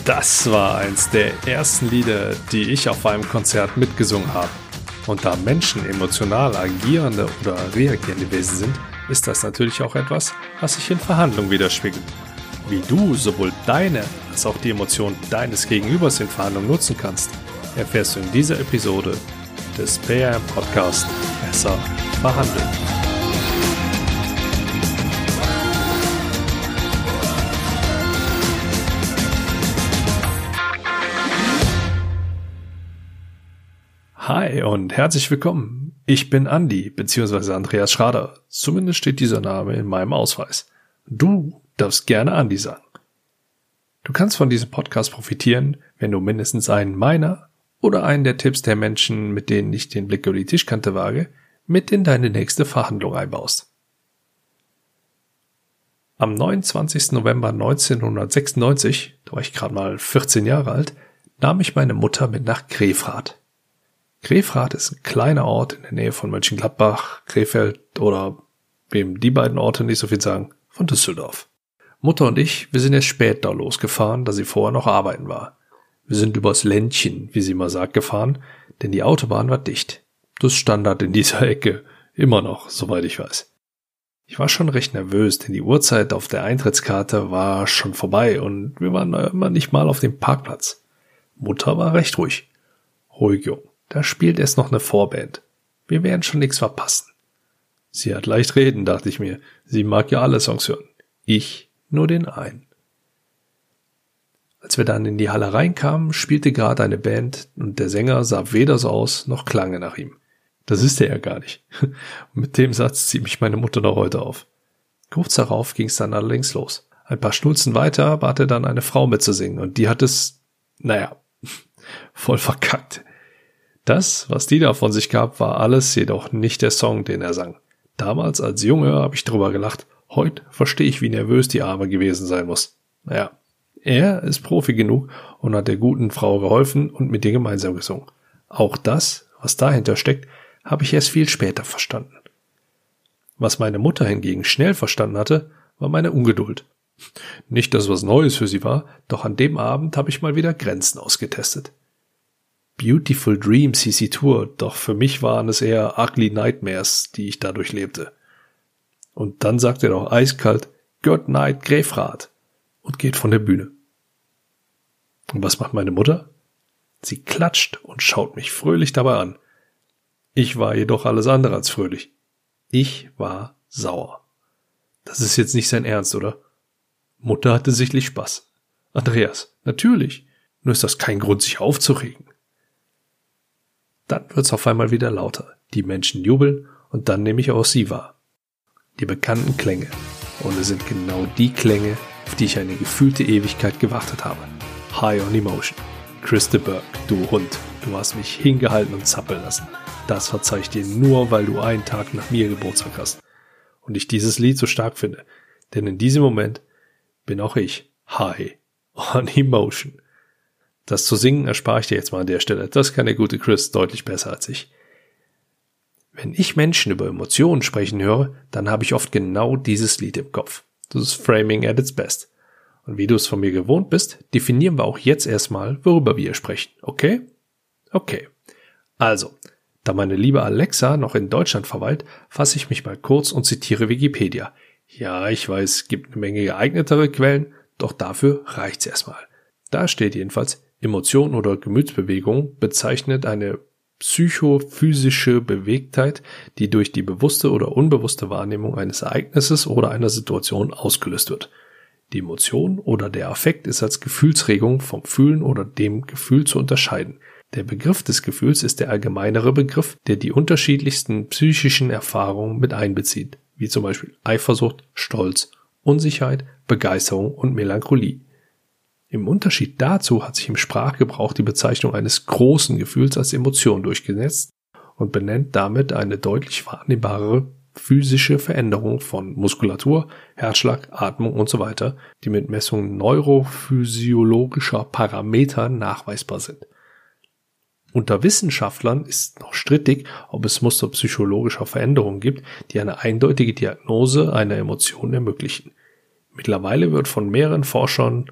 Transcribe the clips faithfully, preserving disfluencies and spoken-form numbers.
Das war eins der ersten Lieder, die ich auf einem Konzert mitgesungen habe. Und da Menschen emotional agierende oder reagierende Wesen sind, ist das natürlich auch etwas, was sich in Verhandlungen widerspiegelt. Wie du sowohl deine als auch die Emotionen deines Gegenübers in Verhandlungen nutzen kannst, erfährst du in dieser Episode des P R M Podcast Besser verhandeln. Hi und herzlich willkommen. Ich bin Andi bzw. Andreas Schrader. Zumindest steht dieser Name in meinem Ausweis. Du darfst gerne Andi sagen. Du kannst von diesem Podcast profitieren, wenn du mindestens einen meiner oder einen der Tipps der Menschen, mit denen ich den Blick über die Tischkante wage, mit in deine nächste Verhandlung einbaust. Am neunundzwanzigsten November neunzehnhundertsechsundneunzig, da war ich gerade mal vierzehn Jahre alt, nahm ich meine Mutter mit nach Grefrath. Grefrath ist ein kleiner Ort in der Nähe von Mönchengladbach, Krefeld oder, wem die beiden Orte nicht so viel sagen, von Düsseldorf. Mutter und ich, wir sind erst spät da losgefahren, da sie vorher noch arbeiten war. Wir sind übers Ländchen, wie sie mal sagt, gefahren, denn die Autobahn war dicht. Das ist Standard in dieser Ecke, immer noch, soweit ich weiß. Ich war schon recht nervös, denn die Uhrzeit auf der Eintrittskarte war schon vorbei und wir waren immer nicht mal auf dem Parkplatz. Mutter war recht ruhig. Ruhig, Jung. Da spielt erst noch eine Vorband. Wir werden schon nichts verpassen. Sie hat leicht reden, dachte ich mir. Sie mag ja alle Songs hören. Ich nur den einen. Als wir dann in die Halle reinkamen, spielte gerade eine Band und der Sänger sah weder so aus, noch klange nach ihm. Das ist er ja gar nicht. Und mit dem Satz zieht mich meine Mutter noch heute auf. Kurz darauf ging es dann allerdings los. Ein paar Schnulzen weiter bat dann eine Frau mitzusingen und die hat es, naja, voll verkackt. Das, was die da von sich gab, war alles jedoch nicht der Song, den er sang. Damals als Junge habe ich drüber gelacht. Heute verstehe ich, wie nervös die Arme gewesen sein muss. Naja, er ist Profi genug und hat der guten Frau geholfen und mit ihr gemeinsam gesungen. Auch das, was dahinter steckt, habe ich erst viel später verstanden. Was meine Mutter hingegen schnell verstanden hatte, war meine Ungeduld. Nicht, dass was Neues für sie war, doch an dem Abend habe ich mal wieder Grenzen ausgetestet. Beautiful Dreams hieß die Tour, doch für mich waren es eher Ugly Nightmares, die ich dadurch lebte. Und dann sagt er doch eiskalt, Good Night Grefrath und geht von der Bühne. Und was macht meine Mutter? Sie klatscht und schaut mich fröhlich dabei an. Ich war jedoch alles andere als fröhlich. Ich war sauer. Das ist jetzt nicht sein Ernst, oder? Mutter hatte sichtlich Spaß. Andreas, natürlich, nur ist das kein Grund, sich aufzuregen. Dann wird's auf einmal wieder lauter. Die Menschen jubeln und dann nehme ich auch sie wahr. Die bekannten Klänge. Und es sind genau die Klänge, auf die ich eine gefühlte Ewigkeit gewartet habe. High on Emotion. Chris de Burgh, du Hund, du hast mich hingehalten und zappeln lassen. Das verzeih ich dir nur, weil du einen Tag nach mir Geburtstag hast. Und ich dieses Lied so stark finde. Denn in diesem Moment bin auch ich High on Emotion. Das zu singen erspare ich dir jetzt mal an der Stelle. Das kann der gute Chris deutlich besser als ich. Wenn ich Menschen über Emotionen sprechen höre, dann habe ich oft genau dieses Lied im Kopf. Das ist Framing at its best. Und wie du es von mir gewohnt bist, definieren wir auch jetzt erstmal, worüber wir hier sprechen. Okay? Okay. Also, da meine liebe Alexa noch in Deutschland verweilt, fasse ich mich mal kurz und zitiere Wikipedia. Ja, ich weiß, es gibt eine Menge geeignetere Quellen, doch dafür reicht's erstmal. Da steht jedenfalls, Emotion oder Gemütsbewegung bezeichnet eine psychophysische Bewegtheit, die durch die bewusste oder unbewusste Wahrnehmung eines Ereignisses oder einer Situation ausgelöst wird. Die Emotion oder der Affekt ist als Gefühlsregung vom Fühlen oder dem Gefühl zu unterscheiden. Der Begriff des Gefühls ist der allgemeinere Begriff, der die unterschiedlichsten psychischen Erfahrungen mit einbezieht, wie zum Beispiel Eifersucht, Stolz, Unsicherheit, Begeisterung und Melancholie. Im Unterschied dazu hat sich im Sprachgebrauch die Bezeichnung eines großen Gefühls als Emotion durchgesetzt und benennt damit eine deutlich wahrnehmbare physische Veränderung von Muskulatur, Herzschlag, Atmung und so weiter, die mit Messungen neurophysiologischer Parameter nachweisbar sind. Unter Wissenschaftlern ist noch strittig, ob es Muster psychologischer Veränderungen gibt, die eine eindeutige Diagnose einer Emotion ermöglichen. Mittlerweile wird von mehreren Forschern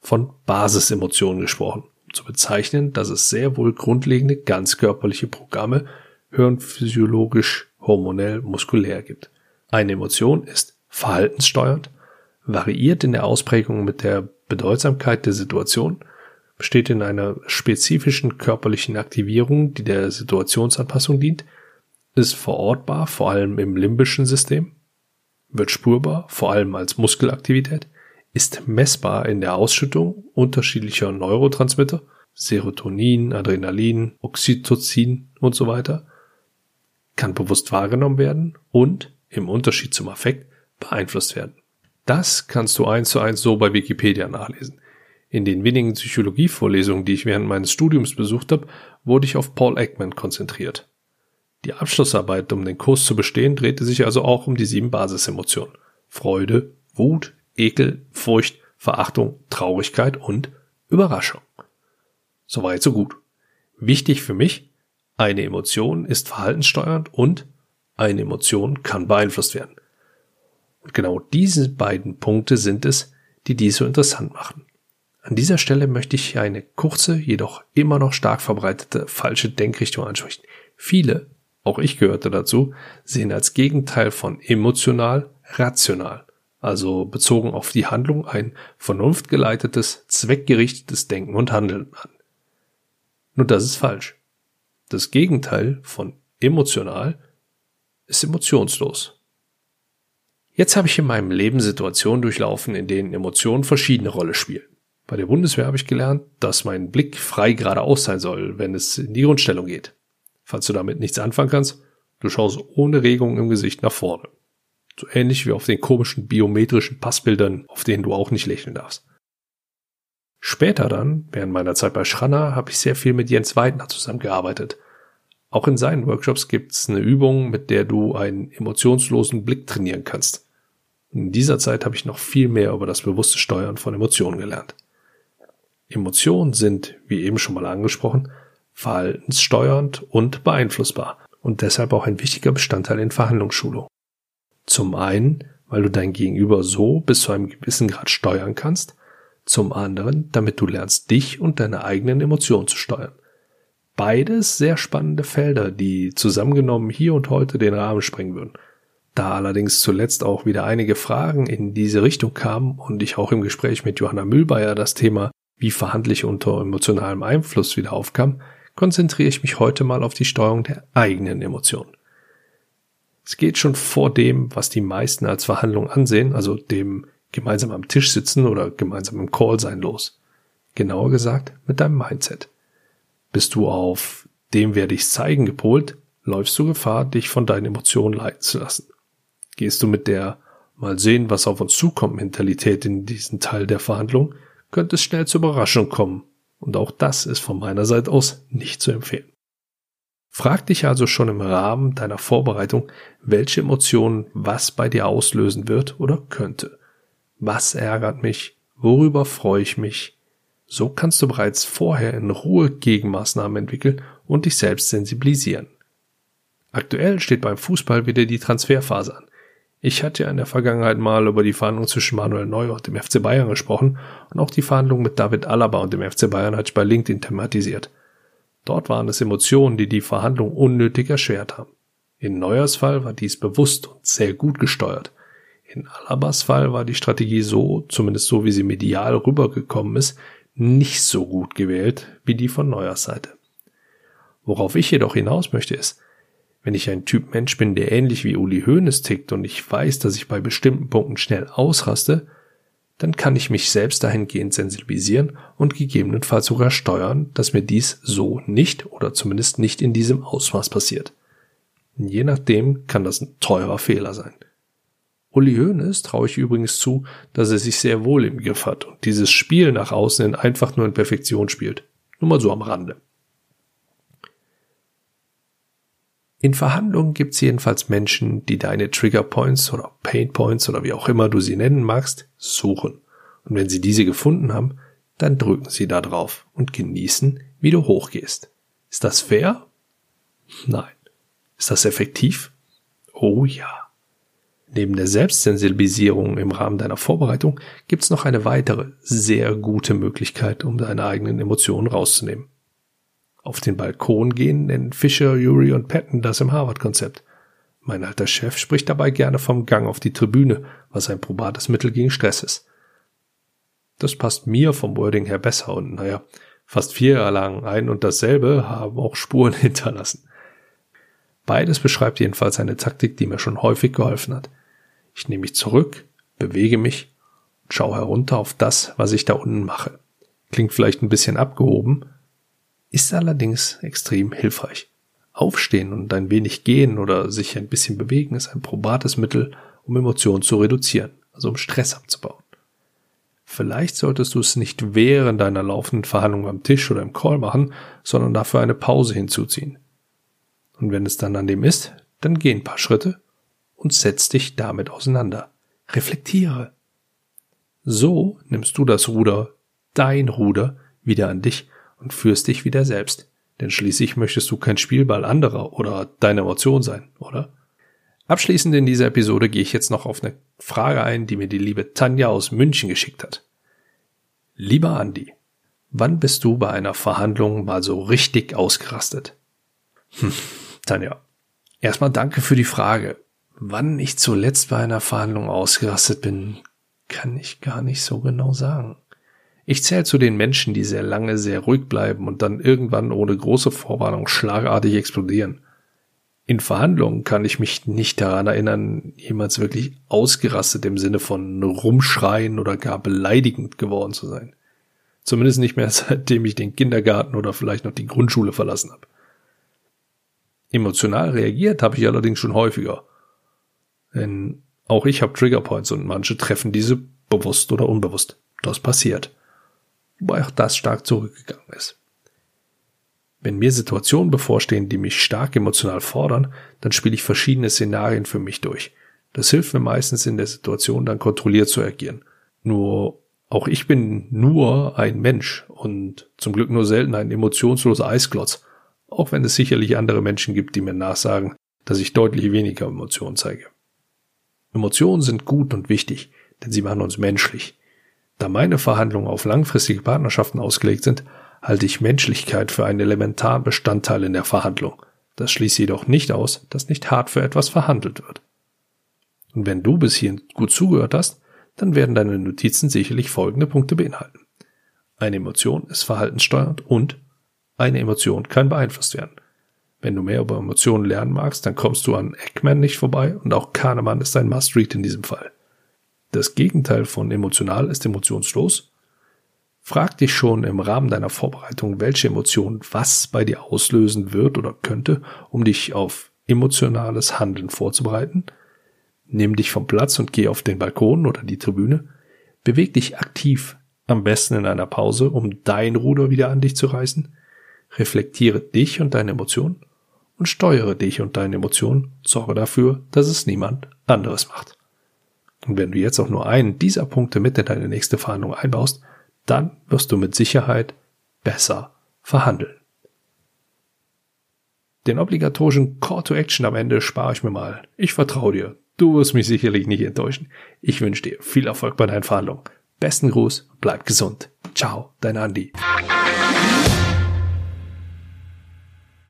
von Basisemotionen gesprochen, um zu bezeichnen, dass es sehr wohl grundlegende ganzkörperliche Programme hirnphysiologisch, hormonell, muskulär gibt. Eine Emotion ist verhaltenssteuernd, variiert in der Ausprägung mit der Bedeutsamkeit der Situation, besteht in einer spezifischen körperlichen Aktivierung, die der Situationsanpassung dient, ist verortbar, vor allem im limbischen System, wird spürbar, vor allem als Muskelaktivität, ist messbar in der Ausschüttung unterschiedlicher Neurotransmitter, Serotonin, Adrenalin, Oxytocin und so weiter, kann bewusst wahrgenommen werden und, im Unterschied zum Affekt, beeinflusst werden. Das kannst du eins zu eins so bei Wikipedia nachlesen. In den wenigen Psychologievorlesungen, die ich während meines Studiums besucht habe, wurde ich auf Paul Ekman konzentriert. Die Abschlussarbeit, um den Kurs zu bestehen, drehte sich also auch um die sieben Basisemotionen. Freude, Wut, Ekel, Furcht, Verachtung, Traurigkeit und Überraschung. Soweit so gut. Wichtig für mich, eine Emotion ist verhaltenssteuernd und eine Emotion kann beeinflusst werden. Und genau diese beiden Punkte sind es, die dies so interessant machen. An dieser Stelle möchte ich eine kurze, jedoch immer noch stark verbreitete falsche Denkrichtung ansprechen. Viele, auch ich gehörte dazu, sehen als Gegenteil von emotional rational, also bezogen auf die Handlung ein vernunftgeleitetes, zweckgerichtetes Denken und Handeln an. Nur das ist falsch. Das Gegenteil von emotional ist emotionslos. Jetzt habe ich in meinem Leben Situationen durchlaufen, in denen Emotionen verschiedene Rolle spielen. Bei der Bundeswehr habe ich gelernt, dass mein Blick frei geradeaus sein soll, wenn es in die Grundstellung geht. Falls du damit nichts anfangen kannst, du schaust ohne Regung im Gesicht nach vorne. So ähnlich wie auf den komischen biometrischen Passbildern, auf denen du auch nicht lächeln darfst. Später dann, während meiner Zeit bei Schranner, habe ich sehr viel mit Jens Weidner zusammengearbeitet. Auch in seinen Workshops gibt es eine Übung, mit der du einen emotionslosen Blick trainieren kannst. In dieser Zeit habe ich noch viel mehr über das bewusste Steuern von Emotionen gelernt. Emotionen sind, wie eben schon mal angesprochen, verhaltenssteuernd und beeinflussbar und deshalb auch ein wichtiger Bestandteil in Verhandlungsschulung. Zum einen, weil du dein Gegenüber so bis zu einem gewissen Grad steuern kannst, zum anderen, damit du lernst, dich und deine eigenen Emotionen zu steuern. Beides sehr spannende Felder, die zusammengenommen hier und heute den Rahmen sprengen würden. Da allerdings zuletzt auch wieder einige Fragen in diese Richtung kamen und ich auch im Gespräch mit Johanna Mühlbayer das Thema, wie verhandle ich unter emotionalem Einfluss, wieder aufkam, konzentriere ich mich heute mal auf die Steuerung der eigenen Emotionen. Es geht schon vor dem, was die meisten als Verhandlung ansehen, also dem gemeinsam am Tisch sitzen oder gemeinsam im Call sein los. Genauer gesagt, mit deinem Mindset. Bist du auf dem werde ich's zeigen gepolt, läufst du Gefahr, dich von deinen Emotionen leiten zu lassen. Gehst du mit der mal sehen, was auf uns zukommt Mentalität in diesen Teil der Verhandlung, könnte es schnell zur Überraschung kommen. Und auch das ist von meiner Seite aus nicht zu empfehlen. Frag dich also schon im Rahmen deiner Vorbereitung, welche Emotionen was bei dir auslösen wird oder könnte. Was ärgert mich? Worüber freue ich mich? So kannst du bereits vorher in Ruhe Gegenmaßnahmen entwickeln und dich selbst sensibilisieren. Aktuell steht beim Fußball wieder die Transferphase an. Ich hatte ja in der Vergangenheit mal über die Verhandlungen zwischen Manuel Neuer und dem F C Bayern gesprochen und auch die Verhandlungen mit David Alaba und dem F C Bayern hatte ich bei LinkedIn thematisiert. Dort waren es Emotionen, die die Verhandlungen unnötig erschwert haben. In Neuers Fall war dies bewusst und sehr gut gesteuert. In Alabas Fall war die Strategie so, zumindest so wie sie medial rübergekommen ist, nicht so gut gewählt wie die von Neuers Seite. Worauf ich jedoch hinaus möchte ist, wenn ich ein Typ Mensch bin, der ähnlich wie Uli Hoeneß tickt und ich weiß, dass ich bei bestimmten Punkten schnell ausraste, dann kann ich mich selbst dahingehend sensibilisieren und gegebenenfalls sogar steuern, dass mir dies so nicht oder zumindest nicht in diesem Ausmaß passiert. Je nachdem kann das ein teurer Fehler sein. Uli Hoeneß traue ich übrigens zu, dass er sich sehr wohl im Griff hat und dieses Spiel nach außen hin einfach nur in Perfektion spielt. Nur mal so am Rande. In Verhandlungen gibt es jedenfalls Menschen, die deine Trigger Points oder Pain Points oder wie auch immer du sie nennen magst, suchen. Und wenn sie diese gefunden haben, dann drücken sie da drauf und genießen, wie du hochgehst. Ist das fair? Nein. Ist das effektiv? Oh ja. Neben der Selbstsensibilisierung im Rahmen deiner Vorbereitung gibt's noch eine weitere, sehr gute Möglichkeit, um deine eigenen Emotionen rauszunehmen. Auf den Balkon gehen nennen Fisher, Ury und Patton das im Harvard-Konzept. Mein alter Chef spricht dabei gerne vom Gang auf die Tribüne, was ein probates Mittel gegen Stress ist. Das passt mir vom Wording her besser und naja, fast vier Jahre lang ein und dasselbe haben auch Spuren hinterlassen. Beides beschreibt jedenfalls eine Taktik, die mir schon häufig geholfen hat. Ich nehme mich zurück, bewege mich und schaue herunter auf das, was ich da unten mache. Klingt vielleicht ein bisschen abgehoben, ist allerdings extrem hilfreich. Aufstehen und ein wenig gehen oder sich ein bisschen bewegen ist ein probates Mittel, um Emotionen zu reduzieren, also um Stress abzubauen. Vielleicht solltest du es nicht während deiner laufenden Verhandlung am Tisch oder im Call machen, sondern dafür eine Pause hinzuziehen. Und wenn es dann an dem ist, dann geh ein paar Schritte und setz dich damit auseinander. Reflektiere. So nimmst du das Ruder, dein Ruder, wieder an dich und führst dich wieder selbst. Denn schließlich möchtest du kein Spielball anderer oder deine Emotion sein, oder? Abschließend in dieser Episode gehe ich jetzt noch auf eine Frage ein, die mir die liebe Tanja aus München geschickt hat. Lieber Andi, wann bist du bei einer Verhandlung mal so richtig ausgerastet? Hm, Tanja, erstmal danke für die Frage. Wann ich zuletzt bei einer Verhandlung ausgerastet bin, kann ich gar nicht so genau sagen. Ich zähle zu den Menschen, die sehr lange sehr ruhig bleiben und dann irgendwann ohne große Vorwarnung schlagartig explodieren. In Verhandlungen kann ich mich nicht daran erinnern, jemals wirklich ausgerastet im Sinne von rumschreien oder gar beleidigend geworden zu sein. Zumindest nicht mehr, seitdem ich den Kindergarten oder vielleicht noch die Grundschule verlassen habe. Emotional reagiert habe ich allerdings schon häufiger. Denn auch ich habe Triggerpoints und manche treffen diese bewusst oder unbewusst. Das passiert. Wobei auch das stark zurückgegangen ist. Wenn mir Situationen bevorstehen, die mich stark emotional fordern, dann spiele ich verschiedene Szenarien für mich durch. Das hilft mir meistens in der Situation dann kontrolliert zu agieren. Nur auch ich bin nur ein Mensch und zum Glück nur selten ein emotionsloser Eisklotz, auch wenn es sicherlich andere Menschen gibt, die mir nachsagen, dass ich deutlich weniger Emotionen zeige. Emotionen sind gut und wichtig, denn sie machen uns menschlich. Da meine Verhandlungen auf langfristige Partnerschaften ausgelegt sind, halte ich Menschlichkeit für einen elementaren Bestandteil in der Verhandlung. Das schließt jedoch nicht aus, dass nicht hart für etwas verhandelt wird. Und wenn du bis hierhin gut zugehört hast, dann werden deine Notizen sicherlich folgende Punkte beinhalten. Eine Emotion ist verhaltenssteuernd und eine Emotion kann beeinflusst werden. Wenn du mehr über Emotionen lernen magst, dann kommst du an Ekman nicht vorbei und auch Kahnemann ist ein Must-Read in diesem Fall. Das Gegenteil von emotional ist emotionslos. Frag dich schon im Rahmen deiner Vorbereitung, welche Emotion was bei dir auslösen wird oder könnte, um dich auf emotionales Handeln vorzubereiten. Nimm dich vom Platz und geh auf den Balkon oder die Tribüne. Beweg dich aktiv, am besten in einer Pause, um dein Ruder wieder an dich zu reißen. Reflektiere dich und deine Emotionen und steuere dich und deine Emotionen. Sorge dafür, dass es niemand anderes macht. Und wenn du jetzt auch nur einen dieser Punkte mit in deine nächste Verhandlung einbaust, dann wirst du mit Sicherheit besser verhandeln. Den obligatorischen Call to Action am Ende spare ich mir mal. Ich vertraue dir. Du wirst mich sicherlich nicht enttäuschen. Ich wünsche dir viel Erfolg bei deinen Verhandlungen. Besten Gruß, bleib gesund. Ciao, dein Andi.